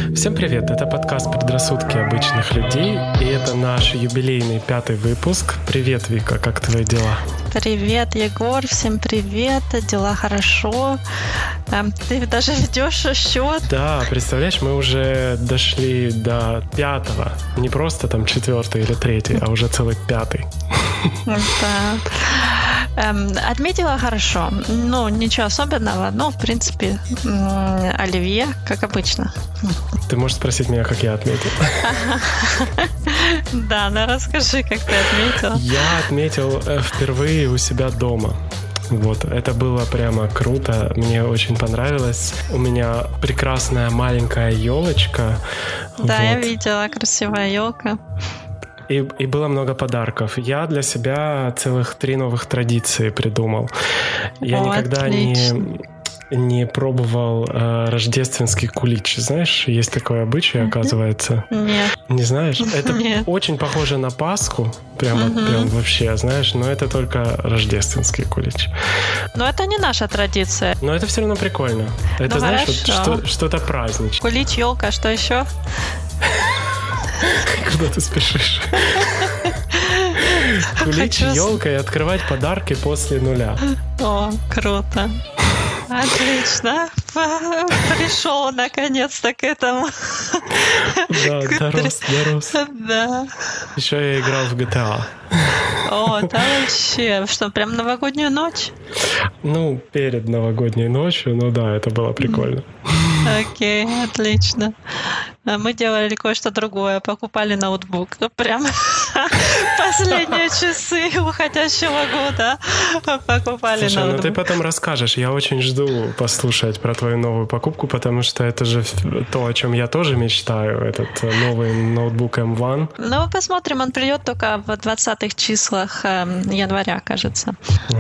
Всем привет, это подкаст «Предрассудки обычных людей», и это наш юбилейный 5-й выпуск. Привет, Вика, как твои дела? Привет, Егор, всем привет, дела хорошо. Ты даже ведешь счет. Да, представляешь, мы уже дошли до 5-го, не просто там 4-й или 3-й, а уже целый 5-й. Да. Отметила хорошо, ничего особенного, но, в принципе, оливье, как обычно. Ты можешь спросить меня, как я отметил? Да, расскажи, как ты отметил. Я отметил впервые у себя дома. Вот, это было прямо круто, мне очень понравилось. У меня прекрасная маленькая елочка. Да, я видела, красивая елка. И было много подарков. Я для себя целых 3 новых традиции придумал. Я никогда не пробовал рождественский кулич. Знаешь, есть такой обычай, оказывается. Нет. Не знаешь? Это Нет. очень похоже на Пасху. Прям вообще, знаешь, но это только рождественский кулич. Но это не наша традиция. Но это все равно прикольно. Это, знаешь, что-то праздничное. Кулич, елка, что еще? Куда ты спешишь? Кулич, елка и открывать подарки после 0. О, круто. Отлично. Пришел наконец-то к этому. Да, дорос. Да. Еще я играл в GTA. О, да вообще. Что, прям новогоднюю ночь? Перед новогодней ночью, да, это было прикольно. Окей, отлично. Мы делали кое-что другое. Покупали ноутбук. Прям последние часы уходящего года покупали ноутбук. Слушай, ты потом расскажешь. Я очень жду послушать про твою новую покупку, потому что это же то, о чем я тоже мечтаю. Этот новый ноутбук M1. Посмотрим. Он придет только в 20-х числах января, кажется.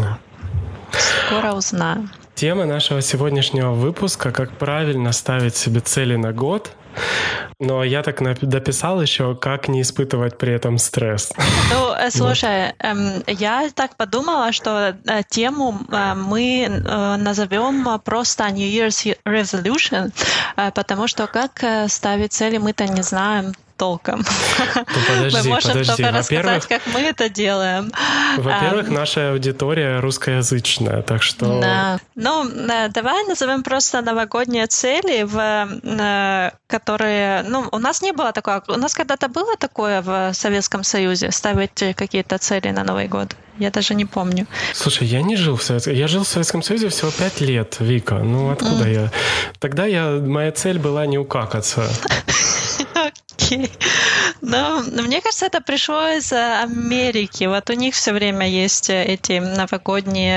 Скоро узнаем. Тема нашего сегодняшнего выпуска — как правильно ставить себе цели на год. Но я так дописал еще, как не испытывать при этом стресс. Слушай, я так подумала, что тему мы назовем просто New Year's Resolution, потому что как ставить цели мы-то не знаем толком. Подожди. Мы можем только рассказать, как мы это делаем. Во-первых, наша аудитория русскоязычная, так что... Да. Давай назовем просто новогодние цели, которые... у нас не было такого. У нас когда-то было такое в Советском Союзе, ставить какие-то цели на Новый год? Я даже не помню. Слушай, я не жил в Советском... Я жил в Советском Союзе всего 5 лет, Вика. Откуда я? Тогда моя цель была не укакаться. Окей. Мне кажется, это пришло из Америки. Вот у них все время есть эти новогодние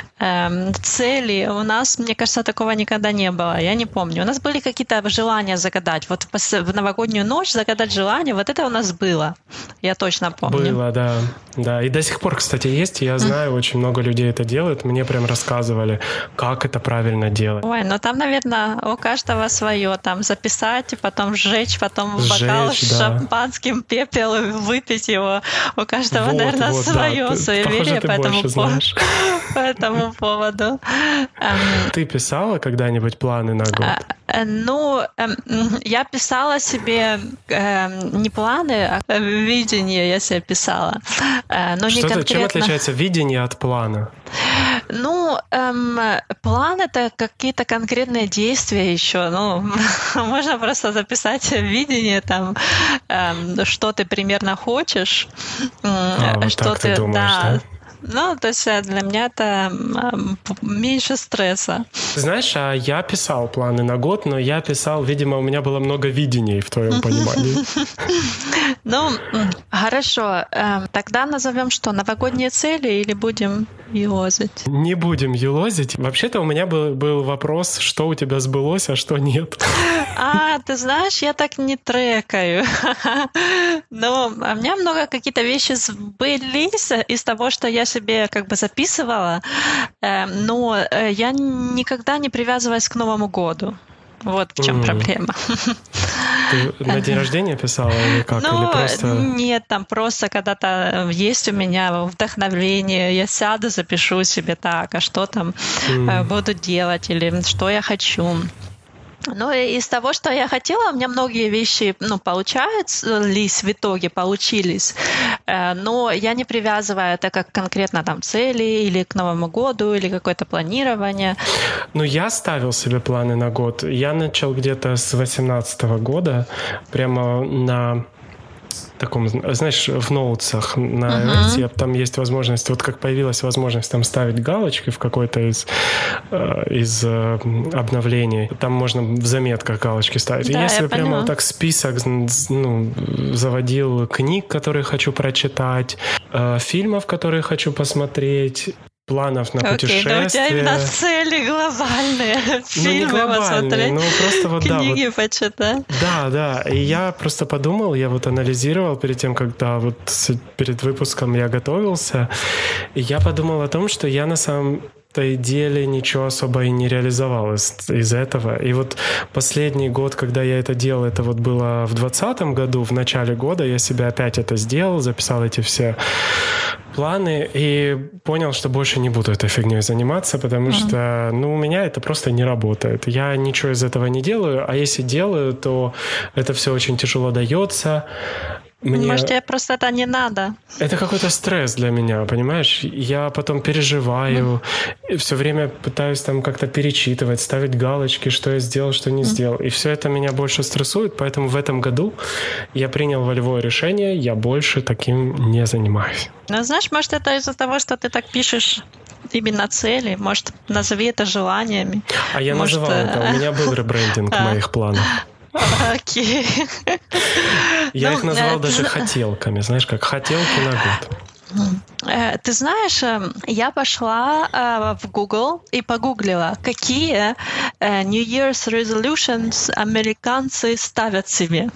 цели. У нас, мне кажется, такого никогда не было. Я не помню. У нас были какие-то желания загадать. Вот в новогоднюю ночь загадать желание. Вот это у нас было. Я точно помню. Было, да. Да. И до сих пор, кстати, есть. Я знаю, очень много людей это делают. Мне прям рассказывали, как это правильно делать. Ой, там, наверное, у каждого свое. Там записать, потом сжечь, потом в бокал с шампанским, пепел, выпить его. У каждого, наверное, свое суеверие по этому поводу. Ты писала когда-нибудь планы на год? Я писала себе не планы, а видение я себе писала. Но не конкретно. Чем отличается видение от плана? План — это какие-то конкретные действия еще. Можно просто записать видение, там, что ты примерно хочешь. Что ты думаешь, да? То есть для меня это меньше стресса. Знаешь, я писал планы на год, но я писал, видимо, у меня было много видений в твоем понимании. Хорошо. Тогда назовем что, новогодние цели или будем елозить? Не будем елозить. Вообще-то у меня был вопрос, что у тебя сбылось, а что нет. Ты знаешь, я так не трекаю. Но у меня много какие-то вещи сбылись из того, что я себе как бы записывала, но я никогда не привязывалась к Новому году. Вот в чем проблема. Ты на день рождения писала или как? Или просто... Нет, там просто когда-то есть у меня вдохновение, я сяду, запишу себе так, а что там буду делать или что я хочу. Ну, и из того, что я хотела, у меня многие вещи, получались в итоге, получились. Но я не привязываю это как конкретно там цели или к Новому году, или какое-то планирование. Ну, я ставил себе планы на год. Я начал где-то с 2018 года, прямо на таком, знаешь, в ноутсах на iOS, там есть возможность, вот как появилась возможность там ставить галочки в какой-то из обновлений, там можно в заметках галочки ставить. Да, я себе прямо вот так список заводил книг, которые хочу прочитать, фильмов, которые хочу посмотреть, планов на путешествия. Ну у тебя именно цели глобальные. Фильмы посмотреть, просто вот, книги почитать. Да. И я просто подумал, я вот анализировал перед тем, когда вот перед выпуском я готовился, и я подумал о том, что я на самом деле ничего особо и не реализовал из этого. И вот последний год, когда я это делал, это вот было в 2020 году, в начале года, я себе опять это сделал, записал эти все планы и понял, что больше не буду этой фигней заниматься, потому что, у меня это просто не работает. Я ничего из этого не делаю, а если делаю, то это все очень тяжело дается. Может, тебе просто это не надо? Это какой-то стресс для меня, понимаешь? Я потом переживаю, все время пытаюсь там как-то перечитывать, ставить галочки, что я сделал, что не сделал. И все это меня больше стрессует, поэтому в этом году я принял волевое решение, я больше таким не занимаюсь. Ну, знаешь, может, это из-за того, что ты так пишешь именно цели, может, назови это желаниями. А я называл это, у меня был ребрендинг моих планов. Окей. Я их назвал даже хотелками, знаешь, как хотелки на год. Ты знаешь, я пошла в Google и погуглила, какие New Year's resolutions американцы ставят себе.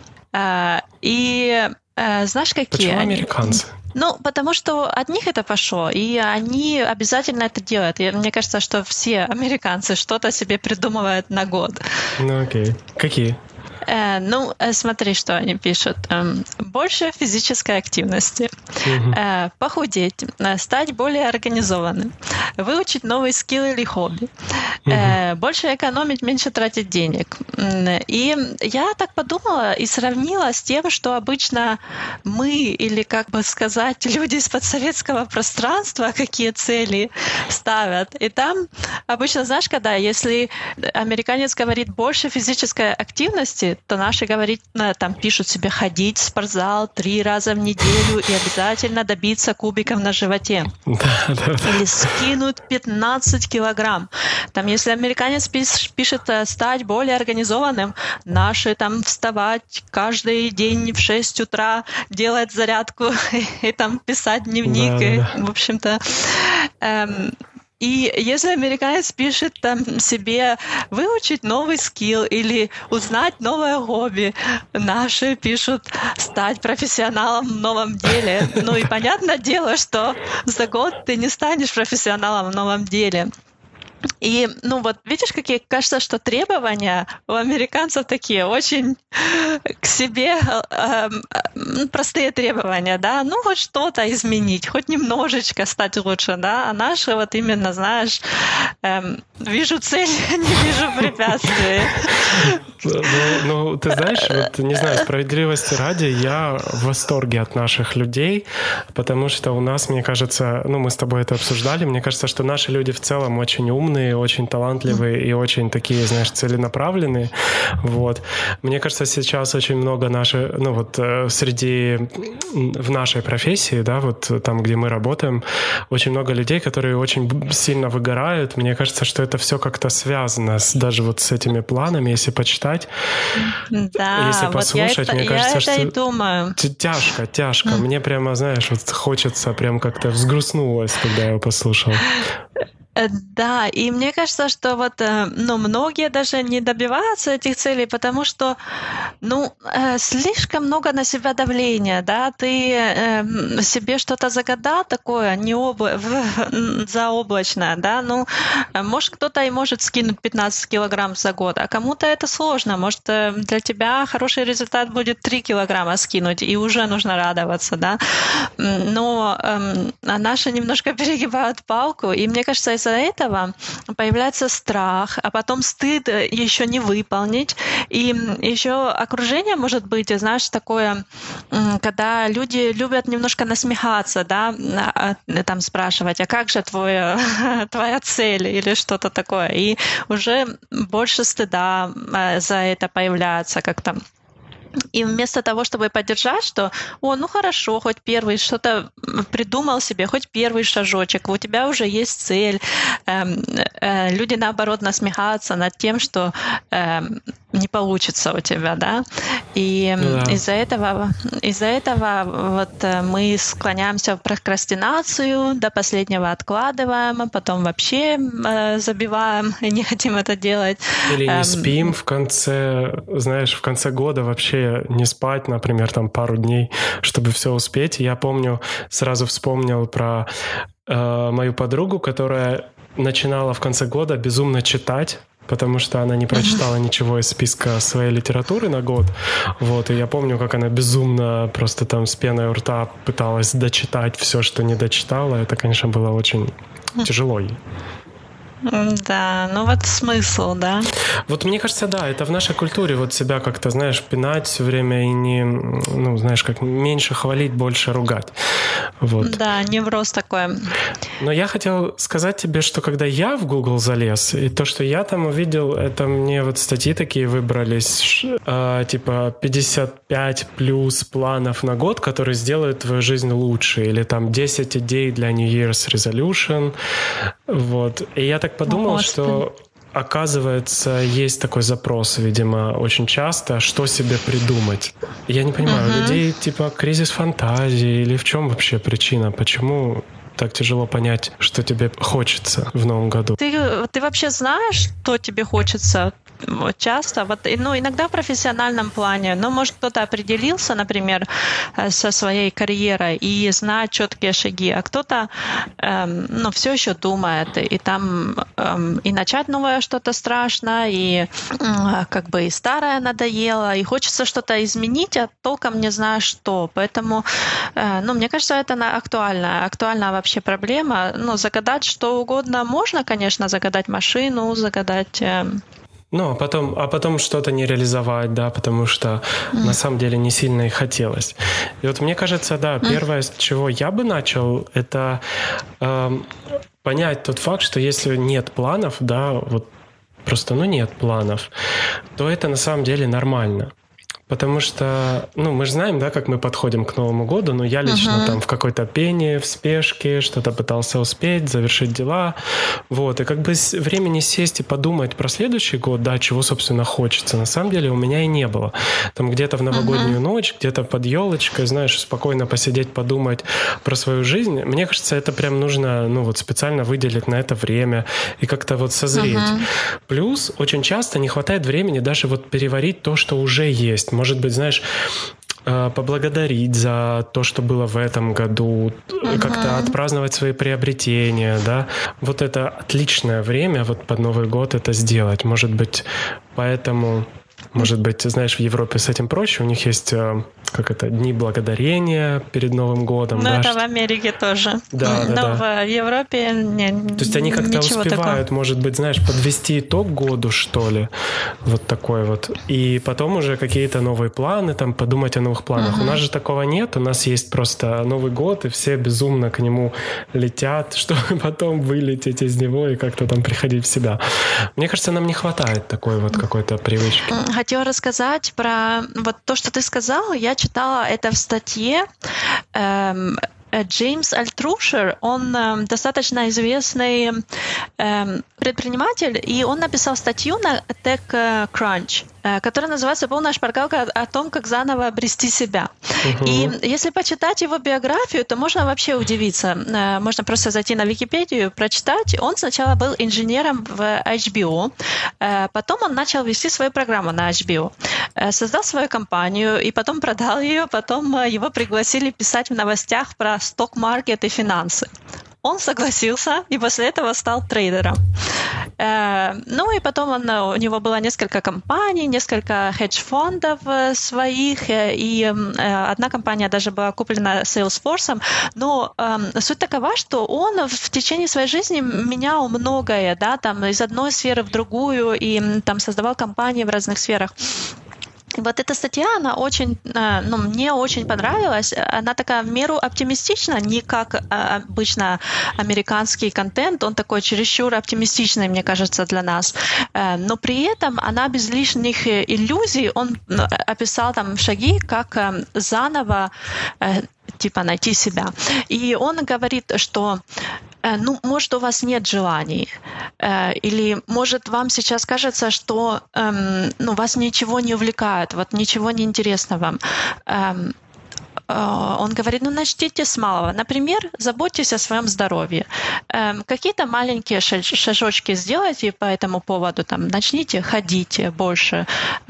И знаешь, какие? Почему американцы? Потому что от них это пошло, и они обязательно это делают. И мне кажется, что все американцы что-то себе придумывают на год. Окей. Какие? Смотри, что они пишут. Больше физической активности, похудеть, стать более организованным, выучить новый скилл или хобби, больше экономить, меньше тратить денег. И я так подумала и сравнила с тем, что обычно мы, или, как бы сказать, люди из подсоветского пространства, какие цели ставят. И там обычно, знаешь, если американец говорит больше физической активности, то наши там пишут себе ходить в спортзал 3 раза в неделю и обязательно добиться кубиков на животе. Или скинуть 15 килограмм. Там, если американец пишет стать более организованным, наши там вставать каждый день в 6 утра, делать зарядку и там писать дневник. И, в общем-то... И если американец пишет там себе выучить новый скилл или узнать новое хобби, наши пишут стать профессионалом в новом деле. И понятное дело, что за год ты не станешь профессионалом в новом деле. И, видишь, какие, кажется, что требования у американцев такие очень к себе простые требования, да, хоть что-то изменить, хоть немножечко стать лучше, да, а наши вот именно, знаешь, вижу цель, не вижу препятствий. Ты знаешь, вот, не знаю, справедливости ради, я в восторге от наших людей, потому что у нас, мне кажется, мы с тобой это обсуждали, мне кажется, что наши люди в целом очень умные, очень талантливые и очень такие, знаешь, целенаправленные. Вот. Мне кажется, сейчас очень много наших, в нашей профессии, да, вот там, где мы работаем, очень много людей, которые очень сильно выгорают. Мне кажется, что это все как-то связано даже вот с этими планами, если почитать. Да, если послушать, мне кажется, что и думаю. Тяжко. Мне прямо, знаешь, вот хочется, прям как-то взгрустнулось, когда я его послушал. Да, и мне кажется, что вот, многие даже не добиваются этих целей, потому что, слишком много на себя давления, да, ты себе что-то загадал такое заоблачное, да, может, кто-то и может скинуть 15 килограмм за год, а кому-то это сложно, может, для тебя хороший результат будет 3 килограмма скинуть, и уже нужно радоваться, да, но наши немножко перегибают палку, и мне кажется, из-за этого появляется страх, а потом стыд еще не выполнить. И еще окружение может быть, знаешь, такое, когда люди любят немножко насмехаться, да, там спрашивать, а как же твоя цель или что-то такое. И уже больше стыда за это появляется как-то. И вместо того, чтобы поддержать, что, ну хорошо, хоть первый что-то придумал себе, хоть первый шажочек, у тебя уже есть цель. Люди, наоборот, насмехаются над тем, что не получится у тебя, да. И из-за этого вот мы склоняемся в прокрастинацию, до последнего откладываем, а потом вообще забиваем и не хотим это делать. Или не спим в конце года вообще не спать, например, там пару дней, чтобы все успеть. Я помню, сразу вспомнил про мою подругу, которая начинала в конце года безумно читать, потому что она не прочитала ничего из списка своей литературы на год. Вот, и я помню, как она безумно просто там с пеной у рта пыталась дочитать все, что не дочитала. Это, конечно, было очень тяжело. Да, ну вот смысл, да. Вот мне кажется, да, это в нашей культуре вот себя как-то, знаешь, пинать все время и не, ну, знаешь, как меньше хвалить, больше ругать. Вот. Да, невроз такой. Но я хотел сказать тебе, что когда я в Google залез, и то, что я там увидел, это мне вот статьи такие выбрались, типа 55 плюс планов на год, которые сделают твою жизнь лучше, или там 10 идей для New Year's Resolution. Вот. И я так подумал, что, оказывается, есть такой запрос, видимо, очень часто, что себе придумать. Я не понимаю, у людей типа кризис фантазии, или в чем вообще причина? Почему так тяжело понять, что тебе хочется в новом году? Ты вообще знаешь, что тебе хочется? Часто, вот, ну, иногда в профессиональном плане, но, может, кто-то определился, например, со своей карьерой и знает четкие шаги, а кто-то, ну, все еще думает, и там и начать новое что-то страшно, и как бы и старое надоело, и хочется что-то изменить, а толком не знаю что. Поэтому, ну, мне кажется, это актуальная вообще проблема. Ну, загадать что угодно можно, конечно, загадать машину, загадать... Ну, а потом что-то не реализовать, да, потому что на самом деле не сильно и хотелось. И вот мне кажется, да, первое, с чего я бы начал, это понять тот факт, что если нет планов, да, вот просто, ну, нет планов, то это на самом деле нормально. Потому что, ну, мы же знаем, да, как мы подходим к Новому году, но я лично там в какой-то пене, в спешке, что-то пытался успеть, завершить дела, вот, и как бы времени сесть и подумать про следующий год, да, чего, собственно, хочется, на самом деле у меня и не было. Там где-то в новогоднюю ночь, где-то под елочкой, знаешь, спокойно посидеть, подумать про свою жизнь, мне кажется, это прям нужно, ну, вот специально выделить на это время и как-то вот созреть. Плюс очень часто не хватает времени даже вот переварить то, что уже есть. Может быть, знаешь, поблагодарить за то, что было в этом году, как-то отпраздновать свои приобретения, да. Вот это отличное время вот под Новый год это сделать. Может быть, поэтому... Может быть, знаешь, в Европе с этим проще. У них есть, Дни благодарения перед Новым годом. Ну, да, это в Америке тоже. Да. Но в Европе нет. То есть они как-то успевают, такого. Может быть, знаешь, подвести итог году, что ли. Вот такой вот. И потом уже какие-то новые планы, там, подумать о новых планах. У нас же такого нет. У нас есть просто Новый год, и все безумно к нему летят, чтобы потом вылететь из него и как-то там приходить в себя. Мне кажется, нам не хватает такой вот какой-то привычки. Хотела рассказать про вот то, что ты сказал. Я читала это в статье. Джеймс Альтрушер, он достаточно известный предприниматель, и он написал статью на TechCrunch, которая называется «Полная шпаргалка о том, как заново обрести себя». И если почитать его биографию, то можно вообще удивиться. Можно просто зайти на Википедию, прочитать. Он сначала был инженером в HBO, потом он начал вести свою программу на HBO, создал свою компанию и потом продал ее, потом его пригласили писать в новостях про сток-маркет и финансы. Он согласился и после этого стал трейдером. Ну и потом у него было несколько компаний, несколько хедж-фондов своих, и одна компания даже была куплена Salesforce. Но суть такова, что он в течение своей жизни менял многое, да, там из одной сферы в другую, и там создавал компании в разных сферах. Вот эта статья, она очень, мне очень понравилась. Она такая в меру оптимистична, не как обычно американский контент, он такой чересчур оптимистичный, мне кажется, для нас. Но при этом она без лишних иллюзий, он описал там шаги, как заново найти себя. И он говорит, что может, у вас нет желаний, или, может, вам сейчас кажется, что вас ничего не увлекает, вот ничего не интересно вам. Он говорит, начните с малого. Например, заботьтесь о своем здоровье. Какие-то маленькие шажочки сделайте по этому поводу. Там, начните ходить больше.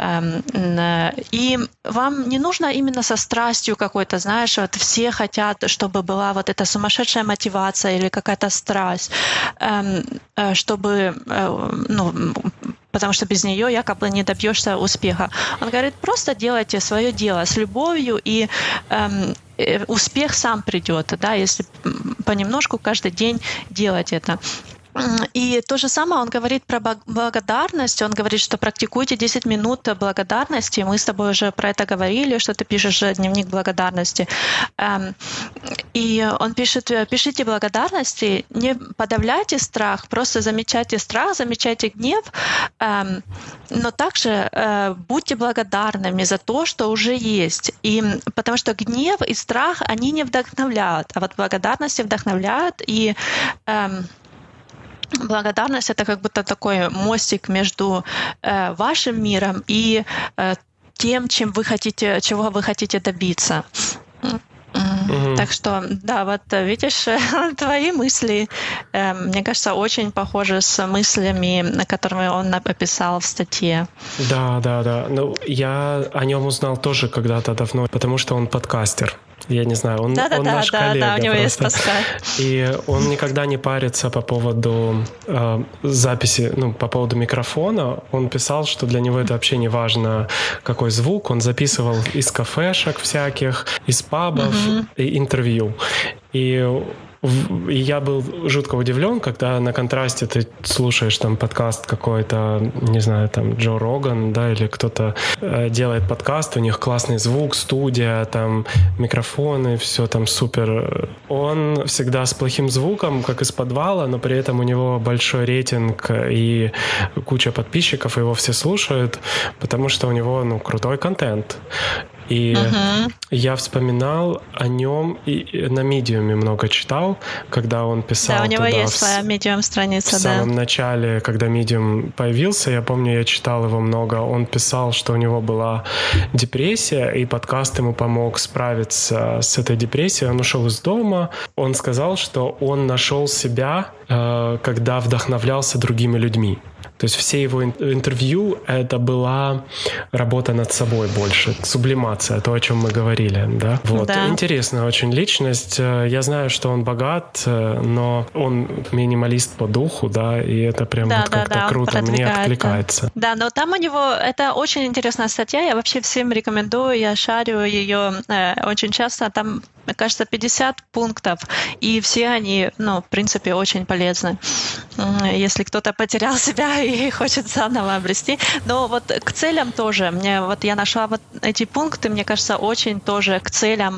И вам не нужно именно со страстью какой-то, знаешь, вот все хотят, чтобы была вот эта сумасшедшая мотивация или какая-то страсть, чтобы, потому что без нее якобы не добьешься успеха. Он говорит, просто делайте свое дело с любовью, и успех сам придет, да, если понемножку каждый день делать это. И то же самое он говорит про благодарность. Он говорит, что практикуйте 10 минут благодарности. Мы с тобой уже про это говорили, что ты пишешь дневник благодарности. И он пишет, пишите благодарности, не подавляйте страх, просто замечайте страх, замечайте гнев, но также будьте благодарными за то, что уже есть. И потому что гнев и страх, они не вдохновляют, а вот благодарности вдохновляют, и благодарность — это как будто такой мостик между вашим миром и тем, чего вы хотите добиться. Так что, да, вот видишь, твои мысли, мне кажется, очень похожи с мыслями, которыми он описал в статье. Да. Ну, я о нем узнал тоже когда-то давно, потому что он подкастер. Я не знаю, он наш коллега. Да, у него есть подкаст. И он никогда не парится по поводу записи, по поводу микрофона. Он писал, что для него это вообще не важно, какой звук. Он записывал из кафешек всяких, из пабов, и интервью. И я был жутко удивлен, когда на контрасте ты слушаешь там подкаст какой-то, не знаю, там Джо Роган, да, или кто-то делает подкаст, у них классный звук, студия, там микрофоны, все там супер. Он всегда с плохим звуком, как из подвала, но при этом у него большой рейтинг и куча подписчиков, его все слушают, потому что у него, крутой контент. И я вспоминал о нем и на Medium много читал, когда он писал. Да, у него есть своя Medium-страница, в самом начале, когда Medium появился, я помню, я читал его много, он писал, что у него была депрессия, и подкаст ему помог справиться с этой депрессией. Он ушел из дома, он сказал, что он нашел себя, когда вдохновлялся другими людьми. То есть все его интервью — это была работа над собой больше, сублимация, то, о чем мы говорили, да? Вот. Да. Интересная очень личность. Я знаю, что он богат, но он минималист по духу, да, и это прям как-то круто, мне откликается. Да, но там у него, это очень интересная статья, я вообще всем рекомендую, я шарю ее очень часто, там, мне кажется, 50 пунктов, и все они, в принципе, очень полезны, если кто-то потерял себя и хочет заново обрести. Но вот к целям тоже. Я нашла вот эти пункты, мне кажется, очень тоже к целям.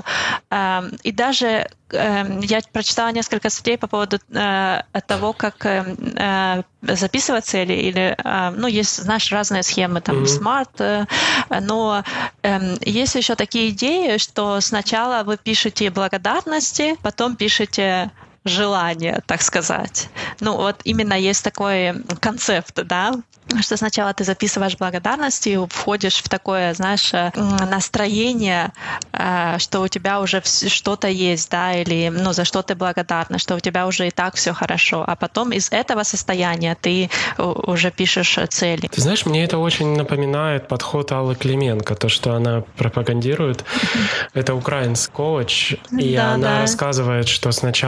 И даже я прочитала несколько статей по поводу того, как записывать цели, или, есть, знаешь, разные схемы, там, SMART, но есть еще такие идеи, что сначала вы пишете благодарности, потом пишете желание, так сказать. Вот именно есть такой концепт, да, что сначала ты записываешь благодарности и входишь в такое, знаешь, настроение, что у тебя уже что-то есть, да, или, за что ты благодарна, что у тебя уже и так все хорошо, а потом из этого состояния ты уже пишешь цели. Ты знаешь, мне это очень напоминает подход Аллы Клименко, то, что она пропагандирует. Это украинский коуч, и она рассказывает, что сначала мы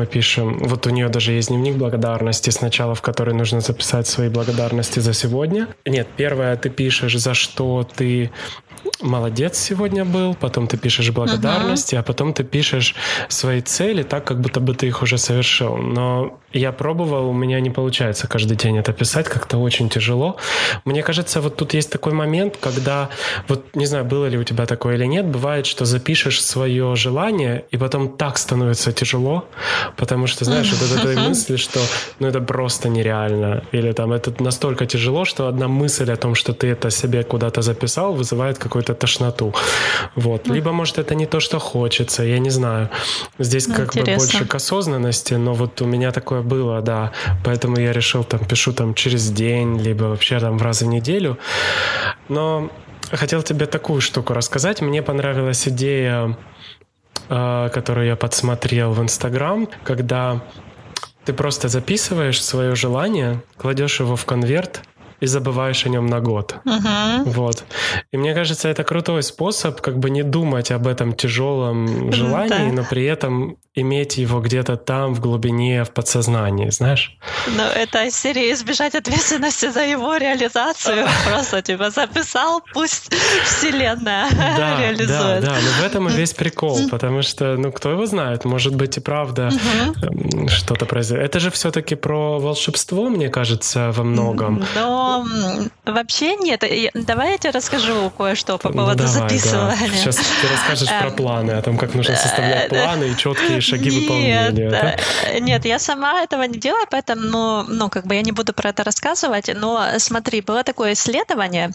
пишем, вот у нее даже есть дневник благодарности сначала, в который нужно записать свои благодарности за сегодня. Нет, первое, ты пишешь, за что ты молодец сегодня был, потом ты пишешь благодарности, а потом ты пишешь свои цели так, как будто бы ты их уже совершил. Но я пробовал, у меня не получается каждый день это писать, как-то очень тяжело. Мне кажется, вот тут есть такой момент, когда, вот не знаю, было ли у тебя такое или нет, бывает, что запишешь свое желание, и потом так становится тяжело, потому что, знаешь, вот этой мысли, что это просто нереально, или там это настолько тяжело, что одна мысль о том, что ты это себе куда-то записал, вызывает какую-то тошноту. Вот. Либо, может, это не то, что хочется, я не знаю. Здесь как бы больше к осознанности, но вот у меня такое было, да. Поэтому я решил, пишу через день, либо вообще раз в неделю. Но хотел тебе такую штуку рассказать. Мне понравилась идея, которую я подсмотрел в Инстаграм, когда ты просто записываешь свое желание, кладешь его в конверт и забываешь о нем на год. Вот. И мне кажется, это крутой способ как бы не думать об этом тяжелом желании, но при этом иметь его где-то там, в глубине, в подсознании, знаешь? Ну, это из серии избежать ответственности за его реализацию. Просто записал, пусть вселенная реализует. Да, но в этом и весь прикол, потому что, кто его знает, может быть и правда что-то произойдет. Это же все-таки про волшебство, мне кажется, во многом. Но вообще нет. Давай я тебе расскажу кое-что по поводу записывания. Да. Сейчас ты расскажешь про планы, о том, как нужно составлять планы и четкие шаги выполнения. Да? Нет, я сама этого не делаю, поэтому, я не буду про это рассказывать. Но смотри, было такое исследование.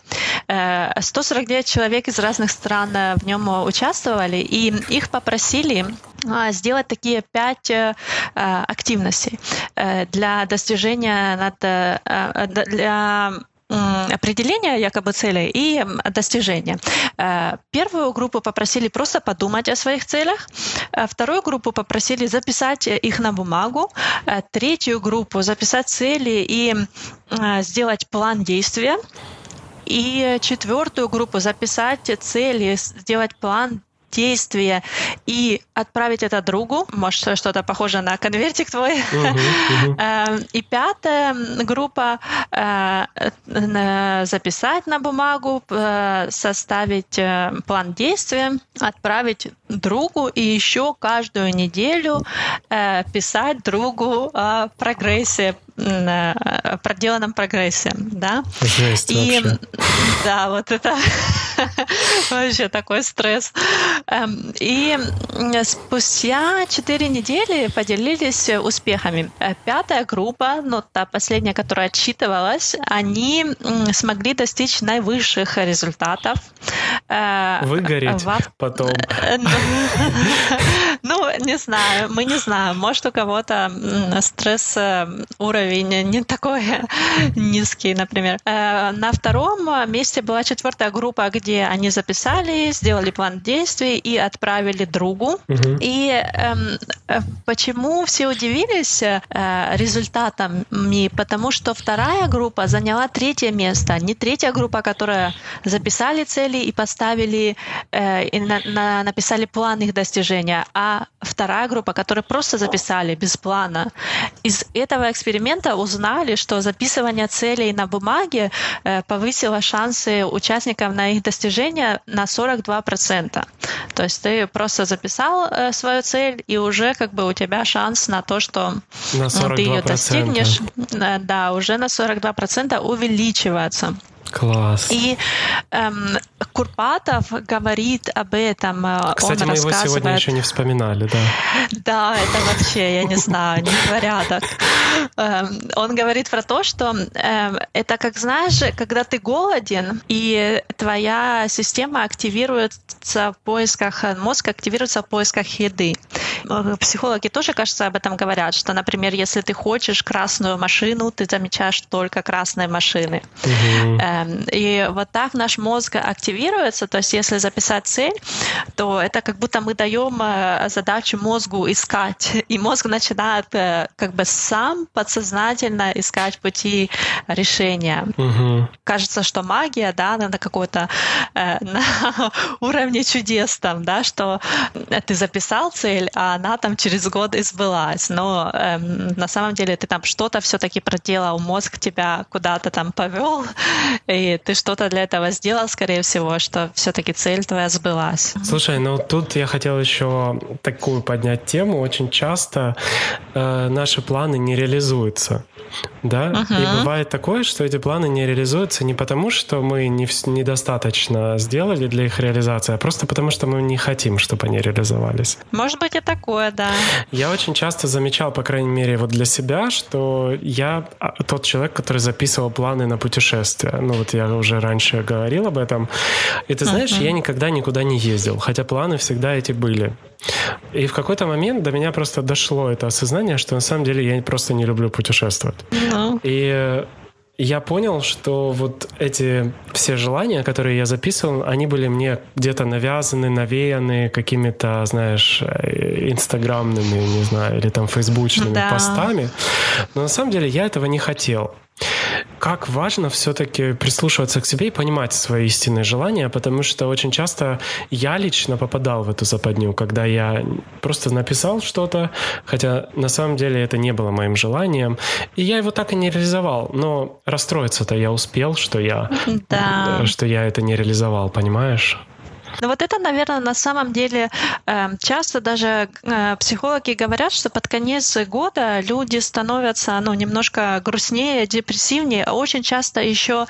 149 человек из разных стран в нем участвовали, и их попросили сделать такие 5 активностей для достижения для определения якобы целей и достижения. Первую группу попросили просто подумать о своих целях, вторую группу попросили записать их на бумагу, третью группу записать цели и сделать план действия, и четвертую группу записать цели, сделать план действия и отправить это другу. Может, что-то похоже на конвертик твой. И пятая группа записать на бумагу, составить план действия, отправить другу и еще каждую неделю писать другу о прогрессе, проделанном прогрессе. Да? Жесть вообще. Да, вот это вообще такой стресс. И спустя 4 недели поделились успехами. Пятая группа, та последняя, которая отчитывалась, они смогли достичь наивысших результатов. Выгореть потом. Не знаю, мы не знаем. Может, у кого-то стресс уровень не такой низкий, например. На втором месте была 4-я группа, где они записали, сделали план действий и отправили другу. И почему все удивились результатами? Потому что 2-я группа заняла 3-е место. Не 3-я группа, которая записали цели и поставили, и написали план их достижения, а 2-я группа, которая просто записали без плана. Из этого эксперимента узнали, что записывание целей на бумаге повысило шансы участников на их достижение на 42%. То есть ты просто записал свою цель, и уже у тебя шанс на то, что ты ее достигнешь, да, уже на 42% увеличивается. Класс. И Курпатов говорит об этом. Кстати, мы его сегодня еще не вспоминали, да. Да, это вообще, я не знаю, не порядок. Он говорит про то, что это как, знаешь, когда ты голоден, и твоя система активируется в поисках, мозг активируется в поисках еды. Психологи тоже, кажется, об этом говорят, что, например, если ты хочешь красную машину, ты замечаешь только красные машины. И вот так наш мозг активируется, то есть если записать цель, то это как будто мы даем задачу мозгу искать, и мозг начинает сам подсознательно искать пути решения. Кажется, что магия, да, на какой-то на уровне чудес там, да, что ты записал цель, а она там через год и сбылась. Но на самом деле ты там что-то все-таки проделал, мозг тебя куда-то там повел, и ты что-то для этого сделал, скорее всего, что все-таки цель твоя сбылась. Слушай, ну тут я хотел еще такую поднять тему. Очень часто наши планы не реализуются. Да? И бывает такое, что эти планы не реализуются не потому, что мы недостаточно сделали для их реализации, а просто потому, что мы не хотим, чтобы они реализовались. Может быть и такое, да. Я очень часто замечал, по крайней мере, вот для себя, что я тот человек, который записывал планы на путешествия. Ну вот я уже раньше говорил об этом. И ты знаешь, я никогда никуда не ездил, хотя планы всегда эти были. И в какой-то момент до меня просто дошло это осознание, что на самом деле я просто не люблю путешествовать. И я понял, что вот эти все желания, которые я записывал, они были мне где-то навязаны, навеяны какими-то, знаешь, инстаграмными, не знаю, или там фейсбучными постами. Но на самом деле я этого не хотел. Как важно все-таки прислушиваться к себе и понимать свои истинные желания, потому что очень часто я лично попадал в эту западню, когда я просто написал что-то, хотя на самом деле это не было моим желанием, и я его так и не реализовал. Но расстроиться-то я успел, что я это не реализовал, понимаешь? Ну вот это, наверное, на самом деле часто даже психологи говорят, что под конец года люди становятся немножко грустнее, депрессивнее. Очень часто еще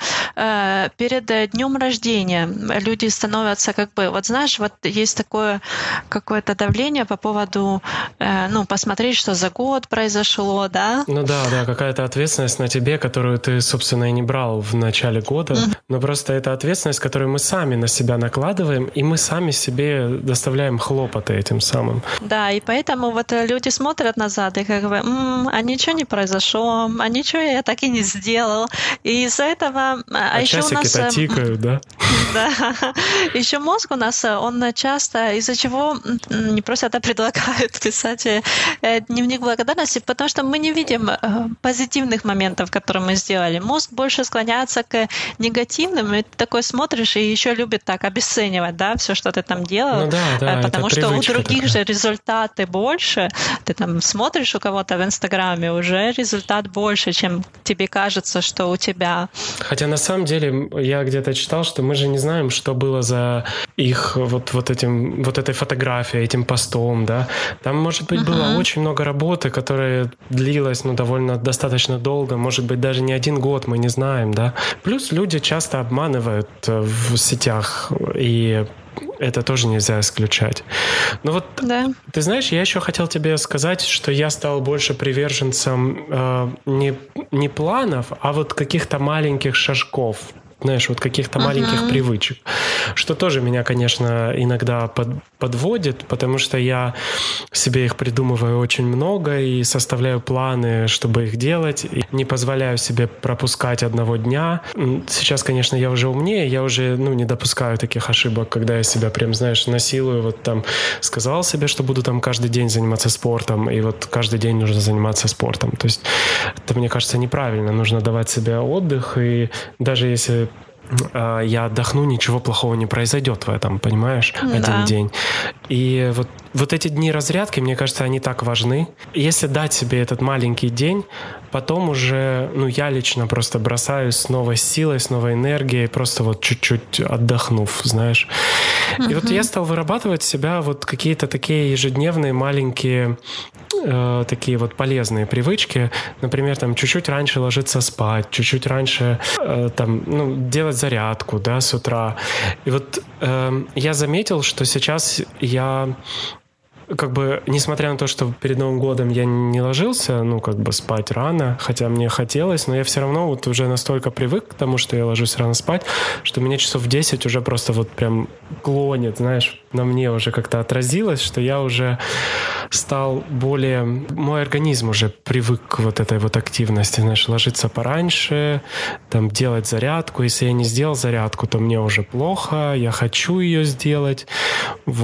перед днем рождения люди становятся вот знаешь, вот есть такое какое-то давление по поводу, посмотреть, что за год произошло, да? Ну да, какая-то ответственность на тебе, которую ты, собственно, и не брал в начале года, но просто это ответственность, которую мы сами на себя накладываем, и мы сами себе доставляем хлопоты этим самым. Да, и поэтому вот люди смотрят назад и а ничего не произошло, а ничего я так и не сделал. И из-за этого... А еще часики-то тикают, да? Да. Еще мозг у нас, он часто, из-за чего не просто это предлагают писать дневник благодарности, потому что мы не видим позитивных моментов, которые мы сделали. Мозг больше склоняется к негативным, и ты такой смотришь и еще любит так обесценивать, да, все, что ты там делал, потому что у других же результаты больше. Ты там смотришь у кого-то в Инстаграме, уже результат больше, чем тебе кажется, что у тебя. Хотя на самом деле я где-то читал, что мы же не знаем, что было за их вот этой фотографией, этим постом, да. Там, может быть, было очень много работы, которая длилась, довольно достаточно долго, может быть, даже не 1 год, мы не знаем, да. Плюс люди часто обманывают в сетях, и это тоже нельзя исключать. Но вот, ты знаешь, я еще хотел тебе сказать, что я стал больше приверженцем не планов, а вот каких-то маленьких шажков. Знаешь, вот каких-то маленьких привычек. Что тоже меня, конечно, иногда подводит, потому что я себе их придумываю очень много и составляю планы, чтобы их делать. И не позволяю себе пропускать одного дня. Сейчас, конечно, я уже умнее, я уже не допускаю таких ошибок, когда я себя прям, знаешь, насилую. Вот там сказал себе, что буду там каждый день заниматься спортом, и вот каждый день нужно заниматься спортом. То есть это, мне кажется, неправильно. Нужно давать себе отдых, и даже если я отдохну, ничего плохого не произойдет в этом, понимаешь? Один день. И вот эти дни разрядки, мне кажется, они так важны. Если дать себе этот маленький день, потом уже, я лично просто бросаюсь с новой силой, с новой энергией, просто вот чуть-чуть отдохнув, знаешь. И вот я стал вырабатывать в себя вот какие-то такие ежедневные маленькие такие вот полезные привычки. Например, там чуть-чуть раньше ложиться спать, чуть-чуть раньше делать зарядку, да, с утра. И вот я заметил, что сейчас я несмотря на то, что перед Новым годом я не ложился, спать рано, хотя мне хотелось, но я все равно вот уже настолько привык к тому, что я ложусь рано спать, что меня часов в 10 уже просто вот прям клонит, знаешь, на мне уже как-то отразилось, что я уже стал мой организм уже привык к вот этой вот активности, знаешь, ложиться пораньше, там, делать зарядку. Если я не сделал зарядку, то мне уже плохо, я хочу ее сделать, вот.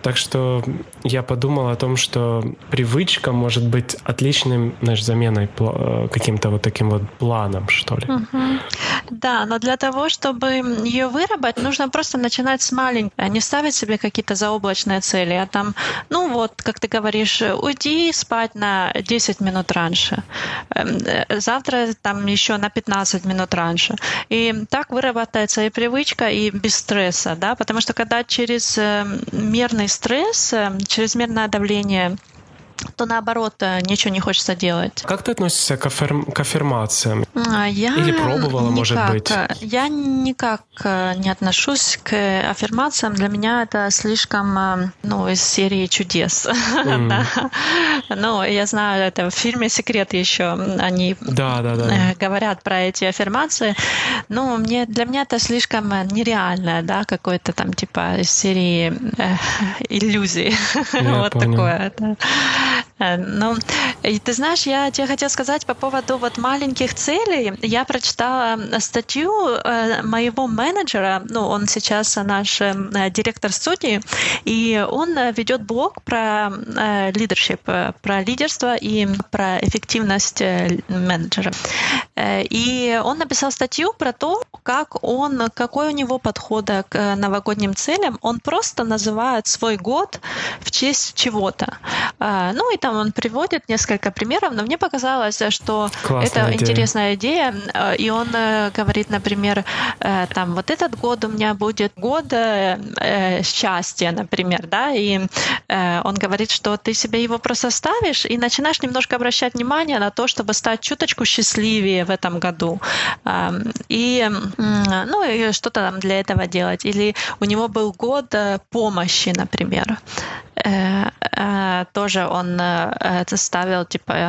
Так что я подумал о том, что привычка может быть отличным, знаешь, заменой каким-то вот таким вот планом, что ли. Да, но для того, чтобы ее выработать, нужно просто начинать с маленького, не ставить себе какие-то заоблачные цели, а там, ну вот, как ты говоришь, уйди спать на 10 минут раньше, завтра там еще на 15 минут раньше. И так выработается и привычка, и без стресса, да, потому что когда чрезмерный стресс, чрезмерное давление, то наоборот, ничего не хочется делать. Как ты относишься к аффирмациям? Я Или пробовала, никак, может быть? Я никак не отношусь к аффирмациям. Для меня это слишком, из серии чудес. Да. Ну, я знаю, это в фильме «Секрет» еще они говорят про эти аффирмации. Но для меня это слишком нереально, да, какой-то там типа из серии иллюзий. Вот такое. Ну, и ты знаешь, я тебе хотела сказать по поводу вот маленьких целей. Я прочитала статью моего менеджера, он сейчас наш директор студии, и он ведет блог про leadership, про лидерство и про эффективность менеджера. И он написал статью про то, какой у него подход к новогодним целям. Он просто называет свой год в честь чего-то. И там он приводит несколько примеров, но мне показалось, что это интересная идея. И он говорит, например, там вот этот год у меня будет год счастья, например, да, и он говорит, что ты себе его просто ставишь и начинаешь немножко обращать внимание на то, чтобы стать чуточку счастливее в этом году. И что-то там для этого делать. Или у него был год помощи, например. Тоже он ставил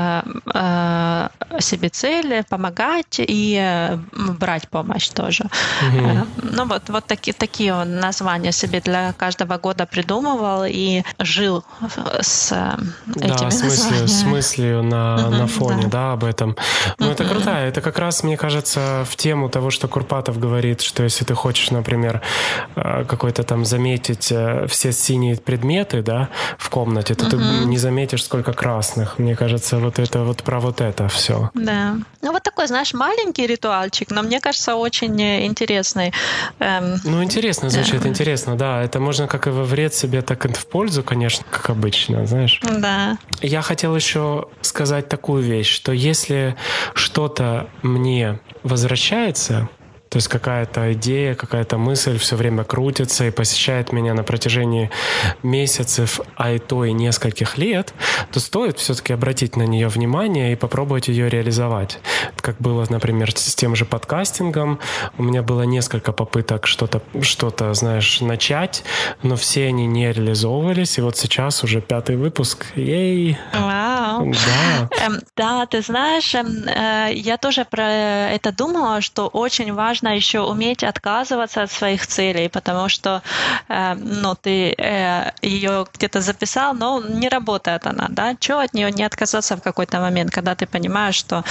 себе цель помогать и брать помощь тоже. Вот такие он названия себе для каждого года придумывал и жил с этими названиями. С мыслью на фоне, да, об этом. Это круто. Это как раз, мне кажется, в тему того, что Курпатов говорит, что если ты хочешь, например, какой-то там заметить все синие предметы, да, в комнате, то ты не заметишь, сколько красных. Мне кажется, вот это вот про вот это все. Да. Вот такой, знаешь, маленький ритуальчик, но мне кажется, очень интересный. Интересно звучит, интересно, да. Это можно как и во вред себе, так и в пользу, конечно, как обычно, знаешь. Да. Я хотел еще сказать такую вещь, что если что-то мне возвращается, то есть какая-то идея, какая-то мысль все время крутится и посещает меня на протяжении месяцев, а и то и нескольких лет, то стоит все-таки обратить на нее внимание и попробовать ее реализовать. Как было, например, с тем же подкастингом. У меня было несколько попыток что-то, знаешь, начать, но все они не реализовывались. И вот сейчас уже 5-й выпуск. Ей! Вау! Да. Да, ты знаешь, я тоже про это думала, что очень важно еще уметь отказываться от своих целей, потому что ты ее где-то записал, но не работает она, да? Чего от нее не отказаться в какой-то момент, когда ты понимаешь, что,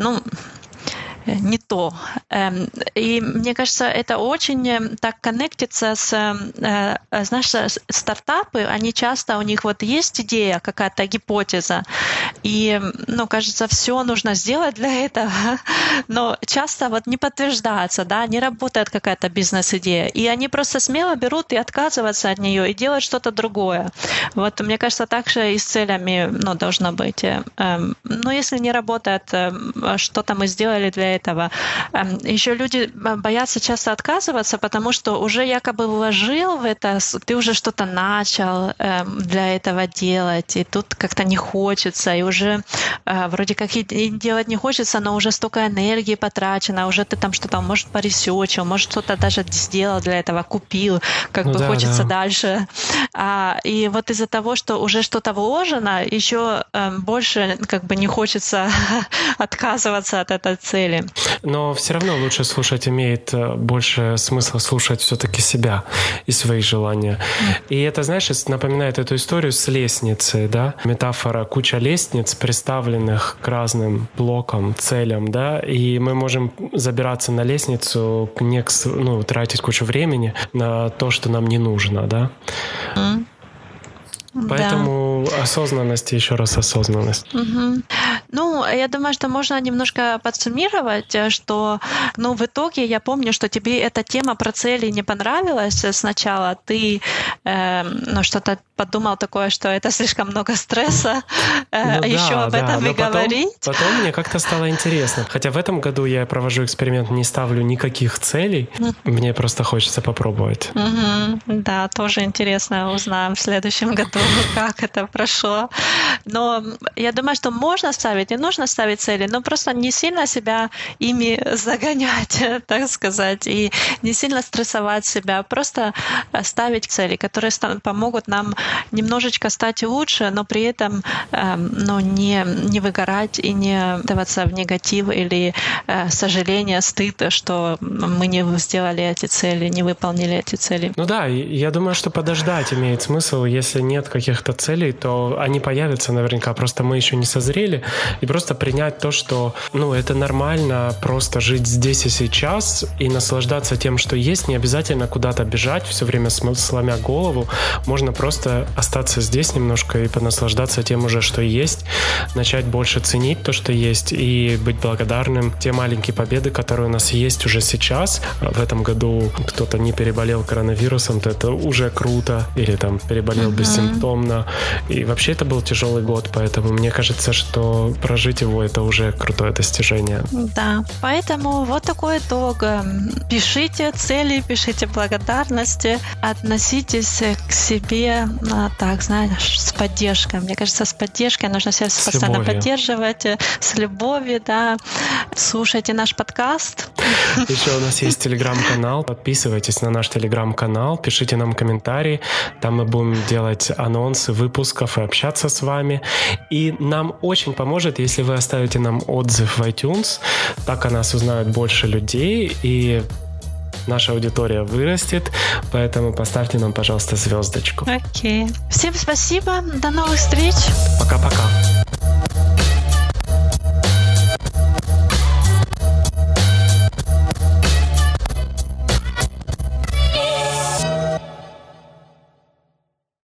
не то. И мне кажется, это очень так коннектится знаешь, стартапы, они часто, у них вот есть идея, какая-то гипотеза, и, кажется, все нужно сделать для этого, но часто вот не подтверждается, да, не работает какая-то бизнес-идея, и они просто смело берут и отказываются от нее и делают что-то другое. Вот, мне кажется, так же и с целями, должно быть. Но если не работает, что-то мы сделали для этого. Еще люди боятся часто отказываться, потому что уже якобы вложил в это, ты уже что-то начал для этого делать, и тут как-то не хочется, и уже вроде как и делать не хочется, но уже столько энергии потрачено, уже ты там что-то, может, поресечил, может, что-то даже сделал для этого, купил, хочется дальше. И вот из-за того, что уже что-то вложено, еще больше не хочется отказываться от этой цели. Но все равно лучше слушать, имеет больше смысла слушать все-таки себя и свои желания. И это, знаешь, напоминает эту историю с лестницей, да? Метафора: куча лестниц, приставленных к разным блокам, целям, да? И мы можем забираться на лестницу, тратить кучу времени на то, что нам не нужно, да? Поэтому осознанность и еще раз осознанность. Угу. Ну, я думаю, что можно немножко подсуммировать, что, в итоге я помню, что тебе эта тема про цели не понравилась сначала. Ты, что-то подумал такое, что это слишком много стресса, еще об этом и говорить. Потом мне как-то стало интересно. Хотя в этом году я провожу эксперимент, не ставлю никаких целей. Мне просто хочется попробовать. Да, тоже интересно. Узнаем в следующем году, как это прошло. Но я думаю, что можно ставить, не нужно ставить цели, но просто не сильно себя ими загонять, так сказать, и не сильно стрессовать себя. Просто ставить цели, которые помогут нам немножечко стать лучше, но при этом не выгорать и не вдаваться в негатив или сожаление, стыд, что мы не сделали эти цели, не выполнили эти цели. Ну да, я думаю, что подождать имеет смысл. Если нет каких-то целей, то они появятся наверняка. Просто мы еще не созрели. И просто принять то, что это нормально просто жить здесь и сейчас и наслаждаться тем, что есть. Не обязательно куда-то бежать, все время сломя голову. Можно просто остаться здесь немножко и понаслаждаться тем уже, что есть. Начать больше ценить то, что есть, и быть благодарным те маленькие победы, которые у нас есть уже сейчас. В этом году кто-то не переболел коронавирусом, то это уже круто. Или там переболел бессимптомно. И вообще это был тяжелый год, поэтому мне кажется, что прожить его — это уже крутое достижение. Да, поэтому вот такой итог. Пишите цели, пишите благодарности, относитесь к себе, так, знаешь, с поддержкой. Мне кажется, с поддержкой нужно себя постоянно поддерживать, с любовью, да. Слушайте наш подкаст. Еще у нас есть телеграм-канал. Подписывайтесь на наш телеграм-канал, пишите нам комментарии. Там мы будем делать анонсы выпусков и общаться с вами. И нам очень поможет, если вы оставите нам отзыв в iTunes. Так о нас узнают больше людей, и наша аудитория вырастет. Поэтому поставьте нам, пожалуйста, звездочку. Окей. Всем спасибо. До новых встреч. Пока-пока.